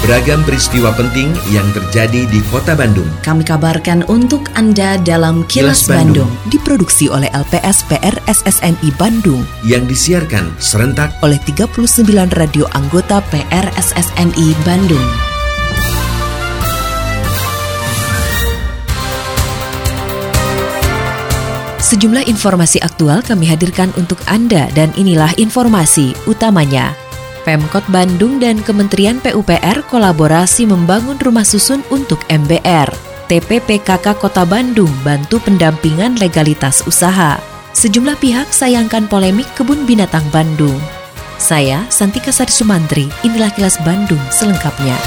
Beragam peristiwa penting yang terjadi di Kota Bandung kami kabarkan untuk Anda dalam Kilas Bandung. Diproduksi oleh LPS PR SSNI Bandung yang disiarkan serentak oleh 39 radio anggota PR SSNI Bandung. Sejumlah informasi aktual kami hadirkan untuk Anda dan inilah informasi utamanya. Pemkot Bandung dan Kementerian PUPR kolaborasi membangun rumah susun untuk MBR. TPPKK Kota Bandung bantu pendampingan legalitas usaha. Sejumlah pihak sayangkan polemik kebun binatang Bandung. Saya, Santika Sari Sumantri, inilah Kilas Bandung selengkapnya.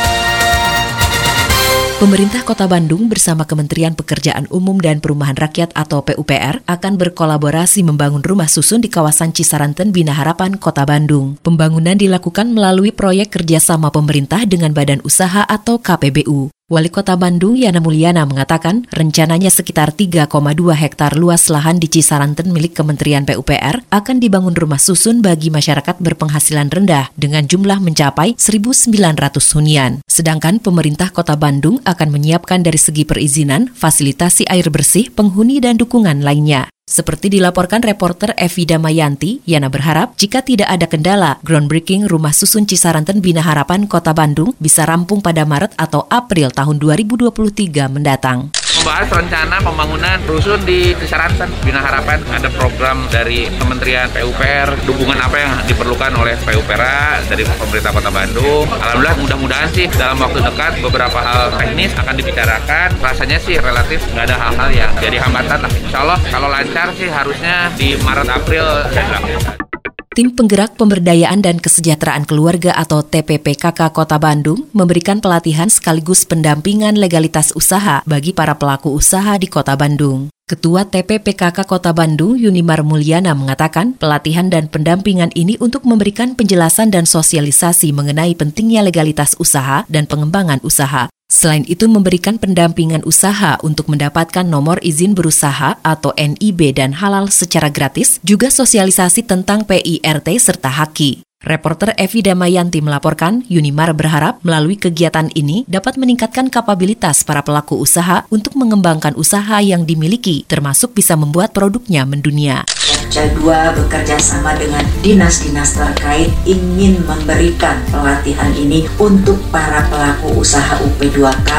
Pemerintah Kota Bandung bersama Kementerian Pekerjaan Umum dan Perumahan Rakyat atau PUPR akan berkolaborasi membangun rumah susun di kawasan Cisaranten Bina Harapan, Kota Bandung. Pembangunan dilakukan melalui proyek kerjasama pemerintah dengan badan usaha atau KPBU. Wali Kota Bandung Yana Mulyana mengatakan rencananya sekitar 3,2 hektar luas lahan di Cisaranten milik Kementerian PUPR akan dibangun rumah susun bagi masyarakat berpenghasilan rendah dengan jumlah mencapai 1.900 hunian. Sedangkan pemerintah Kota Bandung akan menyiapkan dari segi perizinan, fasilitasi air bersih, penghuni dan dukungan lainnya. Seperti dilaporkan reporter Evi Damayanti, Yana berharap jika tidak ada kendala, groundbreaking rumah susun Cisaranten Bina Harapan Kota Bandung bisa rampung pada Maret atau April tahun 2023 mendatang. Membahas rencana pembangunan rusun di Cisaranten Bina Harapan. Ada program dari Kementerian PUPR, dukungan apa yang diperlukan oleh PUPR dari pemerintah Kota Bandung. Alhamdulillah mudah-mudahan sih dalam waktu dekat beberapa hal teknis akan dibicarakan. Rasanya sih relatif nggak ada hal-hal yang jadi hambatan lah. Insya Allah kalau lancar sih harusnya di Maret April ya dilakukan. Tim Penggerak Pemberdayaan dan Kesejahteraan Keluarga atau TPPKK Kota Bandung memberikan pelatihan sekaligus pendampingan legalitas usaha bagi para pelaku usaha di Kota Bandung. Ketua TPPKK Kota Bandung, Yunimar Mulyana mengatakan pelatihan dan pendampingan ini untuk memberikan penjelasan dan sosialisasi mengenai pentingnya legalitas usaha dan pengembangan usaha. Selain itu memberikan pendampingan usaha untuk mendapatkan nomor izin berusaha atau NIB dan halal secara gratis, juga sosialisasi tentang PIRT serta HAKI. Reporter Evi Damayanti melaporkan, Yunimar berharap melalui kegiatan ini dapat meningkatkan kapabilitas para pelaku usaha untuk mengembangkan usaha yang dimiliki, termasuk bisa membuat produknya mendunia. Kedua, bekerja sama dengan dinas-dinas terkait ingin memberikan pelatihan ini untuk para pelaku usaha UP2K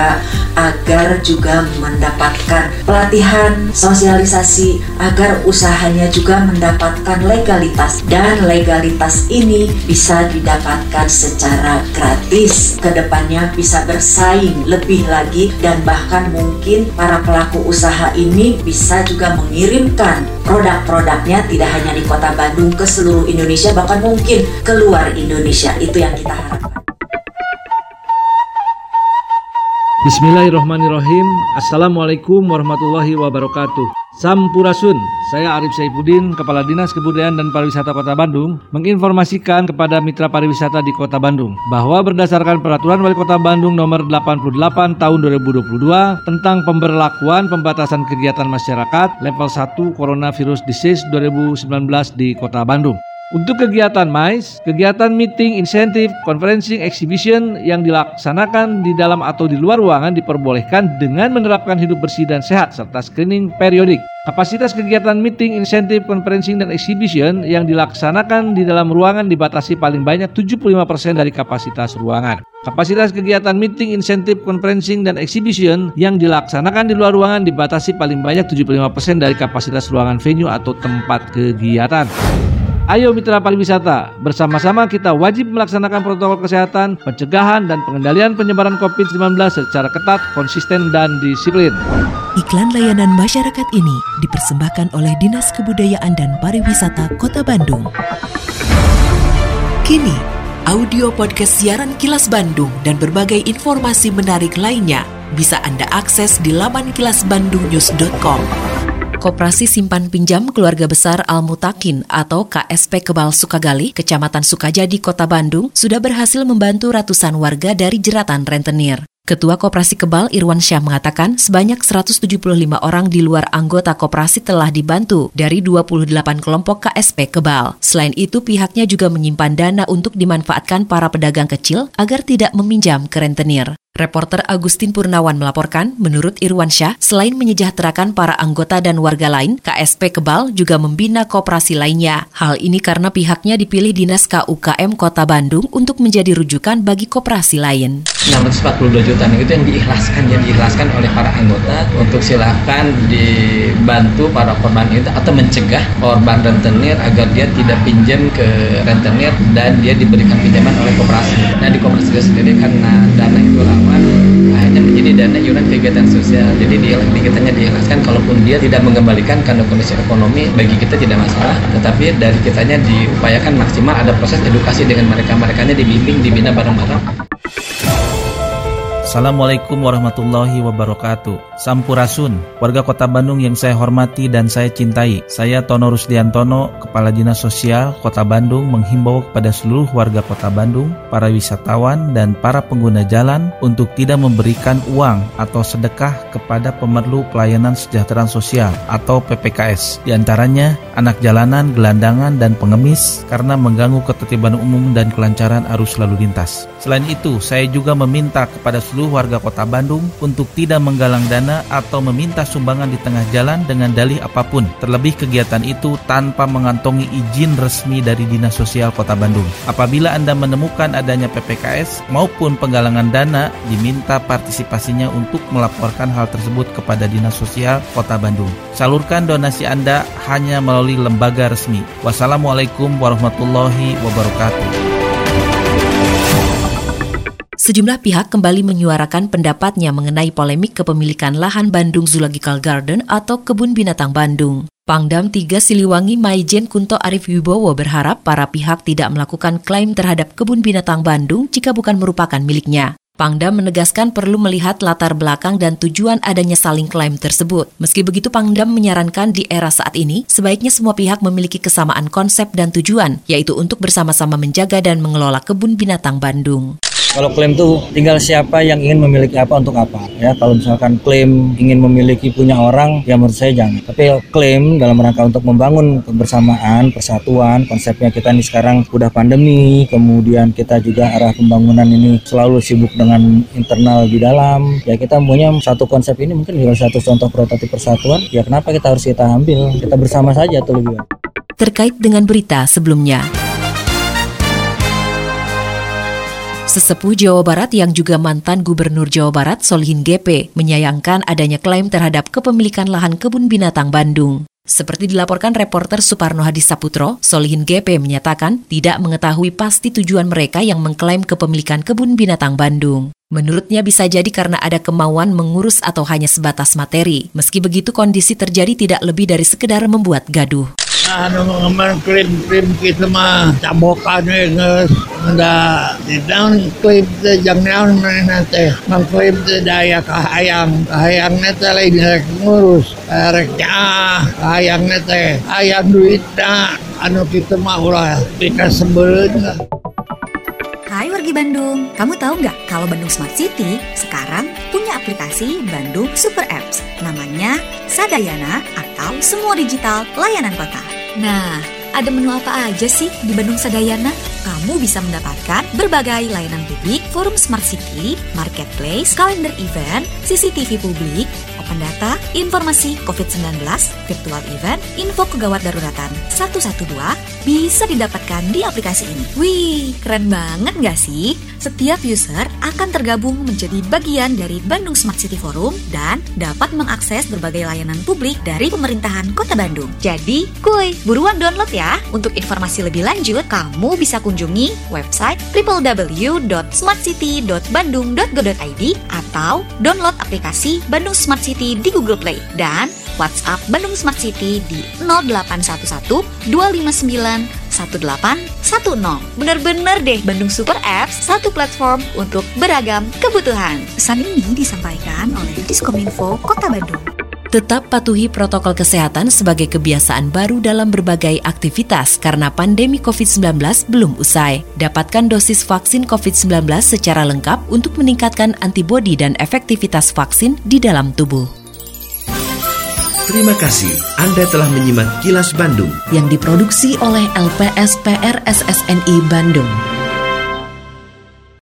agar juga mendapatkan pelatihan sosialisasi agar usahanya juga mendapatkan legalitas dan legalitas ini bisa didapatkan secara gratis. Kedepannya bisa bersaing lebih lagi dan bahkan mungkin para pelaku usaha ini bisa juga mengirimkan produk-produknya tidak hanya di Kota Bandung, ke seluruh Indonesia, bahkan mungkin keluar Indonesia. Itu yang kita harapkan. Bismillahirrahmanirrahim. Assalamualaikum warahmatullahi wabarakatuh. Sampurasun, saya Arif Saifuddin, Kepala Dinas Kebudayaan dan Pariwisata Kota Bandung, menginformasikan kepada mitra pariwisata di Kota Bandung bahwa berdasarkan Peraturan Wali Kota Bandung Nomor 88 Tahun 2022 tentang pemberlakuan pembatasan kegiatan masyarakat level 1 Coronavirus Disease 2019 di Kota Bandung. Untuk kegiatan MICE, kegiatan meeting, insentif, conferencing, exhibition yang dilaksanakan di dalam atau di luar ruangan diperbolehkan dengan menerapkan hidup bersih dan sehat serta screening periodik. Kapasitas kegiatan meeting, insentif, conferencing, dan exhibition yang dilaksanakan di dalam ruangan dibatasi paling banyak 75% dari kapasitas ruangan. Kapasitas kegiatan meeting, insentif, conferencing, dan exhibition yang dilaksanakan di luar ruangan dibatasi paling banyak 75% dari kapasitas ruangan venue atau tempat kegiatan. Ayo mitra pariwisata, bersama-sama kita wajib melaksanakan protokol kesehatan, pencegahan dan pengendalian penyebaran COVID-19 secara ketat, konsisten dan disiplin. Iklan layanan masyarakat ini dipersembahkan oleh Dinas Kebudayaan dan Pariwisata Kota Bandung. Kini, audio podcast siaran Kilas Bandung dan berbagai informasi menarik lainnya bisa Anda akses di laman kilasbandungnews.com. Koperasi Simpan Pinjam Keluarga Besar Al-Mutakin atau KSP Kebal Sukagali, Kecamatan Sukajadi, Kota Bandung, sudah berhasil membantu ratusan warga dari jeratan rentenir. Ketua Koperasi Kebal Irwansyah mengatakan sebanyak 175 orang di luar anggota koperasi telah dibantu dari 28 kelompok KSP Kebal. Selain itu, pihaknya juga menyimpan dana untuk dimanfaatkan para pedagang kecil agar tidak meminjam ke rentenir. Reporter Agustin Purnawan melaporkan, menurut Irwansyah, selain menyejahterakan para anggota dan warga lain, KSP Kebal juga membina koperasi lainnya. Hal ini karena pihaknya dipilih Dinas KUKM Kota Bandung untuk menjadi rujukan bagi koperasi lain. 642 juta itu yang diikhlaskan oleh para anggota untuk silakan dibantu para korban itu atau mencegah korban rentenir agar dia tidak pinjam ke rentenir dan dia diberikan pinjaman oleh koperasi. Nah, di koperasi itu sendiri karena dana itu akhirnya menjadi dana iuran kegiatan sosial. Jadi kitanya diikhlaskan, kalaupun dia tidak mengembalikan karena kondisi ekonomi, bagi kita tidak masalah. Tetapi dari kitanya diupayakan maksimal ada proses edukasi dengan mereka-merekanya, dibimbing, dibina bareng-bareng. Assalamualaikum warahmatullahi wabarakatuh. Sampurasun, warga Kota Bandung yang saya hormati dan saya cintai. Saya Tono Rusdiantono, Kepala Dinas Sosial Kota Bandung, menghimbau kepada seluruh warga Kota Bandung, para wisatawan dan para pengguna jalan untuk tidak memberikan uang atau sedekah kepada pemerlu pelayanan kesejahteraan sosial atau PPKS. Di antaranya anak jalanan, gelandangan, dan pengemis karena mengganggu ketertiban umum dan kelancaran arus lalu lintas. Selain itu, saya juga meminta kepada seluruh warga Kota Bandung untuk tidak menggalang dana atau meminta sumbangan di tengah jalan dengan dalih apapun, terlebih kegiatan itu tanpa mengantongi izin resmi dari Dinas Sosial Kota Bandung. Apabila Anda menemukan adanya PPKS maupun penggalangan dana, diminta partisipasinya untuk melaporkan hal tersebut kepada Dinas Sosial Kota Bandung. Salurkan donasi Anda hanya melalui lembaga resmi. Wassalamualaikum warahmatullahi wabarakatuh. Sejumlah pihak kembali menyuarakan pendapatnya mengenai polemik kepemilikan lahan Bandung Zoological Garden atau Kebun Binatang Bandung. Pangdam 3 Siliwangi Maijen Kunto Arif Wibowo berharap para pihak tidak melakukan klaim terhadap Kebun Binatang Bandung jika bukan merupakan miliknya. Pangdam menegaskan perlu melihat latar belakang dan tujuan adanya saling klaim tersebut. Meski begitu, Pangdam menyarankan di era saat ini, sebaiknya semua pihak memiliki kesamaan konsep dan tujuan, yaitu untuk bersama-sama menjaga dan mengelola Kebun Binatang Bandung. Kalau klaim tuh tinggal siapa yang ingin memiliki apa untuk apa. Ya, kalau misalkan klaim ingin memiliki punya orang, ya menurut saya jangan. Tapi klaim dalam rangka untuk membangun kebersamaan, persatuan, konsepnya kita nih sekarang udah pandemi, kemudian kita juga arah pembangunan ini selalu sibuk dengan internal di dalam. Ya kita punya satu konsep ini mungkin juga satu contoh prototip persatuan. Ya kenapa kita harus kita ambil? Kita bersama saja tuh lebih. Terkait dengan berita sebelumnya, Sesepuh Jawa Barat yang juga mantan Gubernur Jawa Barat Solihin GP menyayangkan adanya klaim terhadap kepemilikan lahan Kebun Binatang Bandung. Seperti dilaporkan reporter Suparno Hadi Saputro, Solihin GP menyatakan tidak mengetahui pasti tujuan mereka yang mengklaim kepemilikan Kebun Binatang Bandung. Menurutnya bisa jadi karena ada kemauan mengurus atau hanya sebatas materi. Meski begitu, kondisi terjadi tidak lebih dari sekedar membuat gaduh. Klaim kita mah cabokan nges nggak tidak klaim jangan nanti mengklaim daya kahayang nanti lain ngurus reknya kahayang nanti ayang duitnya anu kita mah ulah kita sebelumnya. Hai wargi Bandung, kamu tahu nggak kalau Bandung Smart City sekarang punya aplikasi Bandung Super Apps, namanya Sadayana atau Semua Digital Layanan Kota. Nah, ada menu apa aja sih di Bandung Sadayana? Kamu bisa mendapatkan berbagai layanan publik, forum Smart City, marketplace, kalender event, CCTV publik, open data, informasi COVID-19, virtual event, info kegawat daruratan 112 bisa didapatkan di aplikasi ini. Wih, keren banget nggak sih? Setiap user akan tergabung menjadi bagian dari Bandung Smart City Forum dan dapat mengakses berbagai layanan publik dari pemerintahan Kota Bandung. Jadi, kuy, buruan download ya. Untuk informasi lebih lanjut, kamu bisa kunjungi website www.smartcity.bandung.go.id atau download aplikasi Bandung Smart City di Google Play dan WhatsApp Bandung Smart City di 0811 259 1810. Bener-bener deh, Bandung Super Apps, satu platform untuk beragam kebutuhan. Pesan ini disampaikan oleh Diskominfo Kota Bandung. Tetap patuhi protokol kesehatan sebagai kebiasaan baru dalam berbagai aktivitas karena pandemi COVID-19 belum usai. Dapatkan dosis vaksin COVID-19 secara lengkap untuk meningkatkan antibodi dan efektivitas vaksin di dalam tubuh. Terima kasih Anda telah menyimak Kilas Bandung yang diproduksi oleh LPSPR SSNI Bandung.